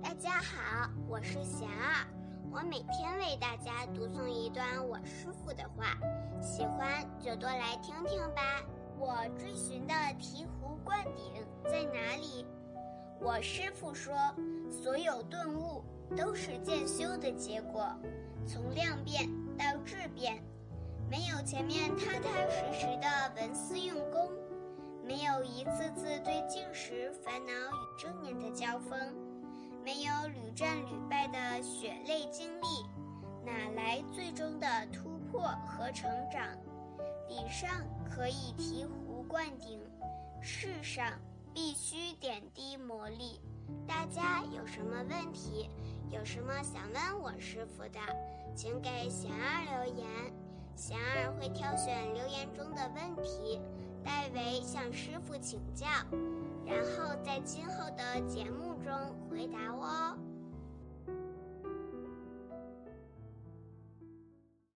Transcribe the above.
大家好，我是贤儿，我每天为大家读诵一段我师父的话，喜欢就多来听听吧。我追寻的醍醐灌顶在哪里？我师父说，所有顿悟都是渐修的结果，从量变到质变，没有前面踏踏实实的文思用功，没有一次次对境时烦恼与正念的交锋，没有屡战屡败的血泪经历，哪来最终的突破和成长？理上可以醍醐灌顶，事上必须点滴磨砺。大家有什么问题，有什么想问我师父的，请给贤儿留言，贤儿会挑选留言中的问题，代为向师父请教，然后在今后的节目中回答哦。